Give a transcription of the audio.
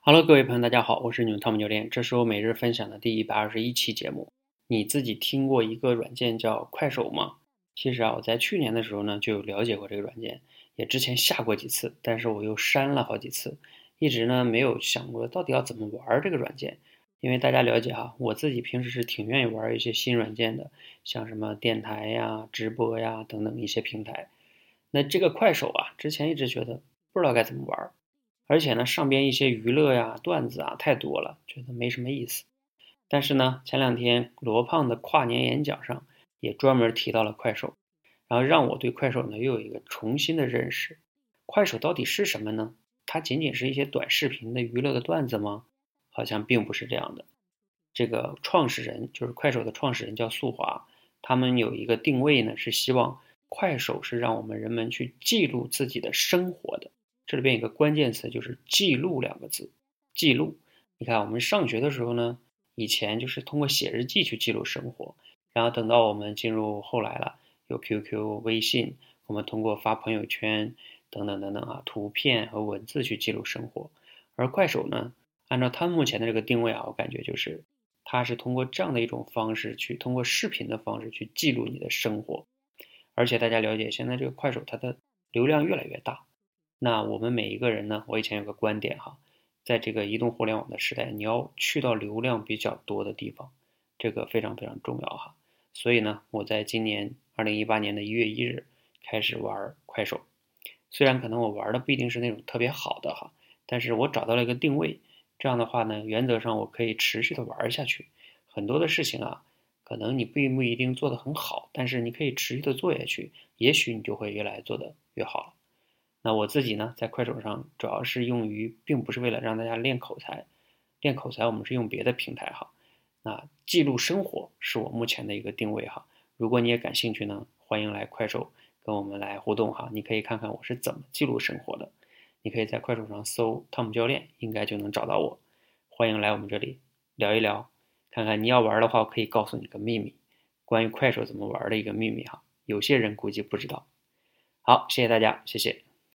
Hello，各位朋友，大家好，我是你们汤姆教练，这是我每日分享的第121期节目。你自己听过一个软件叫快手吗？其实我在去年的时候呢，就有了解过这个软件，也之前下过几次，但是我又删了好几次，一直呢没有想过到底要怎么玩这个软件。因为大家了解我自己平时是挺愿意玩一些新软件的，像什么电台呀、直播呀等等一些平台。那这个快手之前一直觉得不知道该怎么玩。而且呢，上边一些娱乐呀、段子太多了，觉得没什么意思。但是呢，前两天罗胖的跨年演讲上也专门提到了快手，然后让我对快手呢又有一个重新的认识。快手到底是什么呢？它仅仅是一些短视频的娱乐的段子吗？好像并不是这样的。这个创始人就是快手的创始人叫速滑，他们有一个定位呢，是希望快手是让我们人们去记录自己的生活的。这里边有个关键词就是记录两个字，记录。你看我们上学的时候呢，以前就是通过写日记去记录生活，然后等到我们进入后来了，有 QQ、微信，我们通过发朋友圈等等等等图片和文字去记录生活。而快手呢，按照他们目前的这个定位我感觉就是它是通过这样的一种方式去通过视频的方式去记录你的生活。而且大家了解，现在这个快手它的流量越来越大。那我们每一个人呢，我以前有个观点在这个移动互联网的时代，你要去到流量比较多的地方，这个非常非常重要所以呢，我在今年2018年的1月1日开始玩快手。虽然可能我玩的不一定是那种特别好的但是我找到了一个定位，这样的话呢，原则上我可以持续的玩下去。很多的事情可能你并不一定做得很好，但是你可以持续的做下去，也许你就会越来做得越好了。那我自己呢，在快手上主要是用于，并不是为了让大家练口才，练口才我们是用别的平台那记录生活是我目前的一个定位如果你也感兴趣呢，欢迎来快手跟我们来互动你可以看看我是怎么记录生活的。你可以在快手上搜汤姆教练，应该就能找到我。欢迎来我们这里聊一聊，看看你要玩的话，我可以告诉你个秘密，关于快手怎么玩的一个秘密有些人估计不知道。好，谢谢大家，谢谢。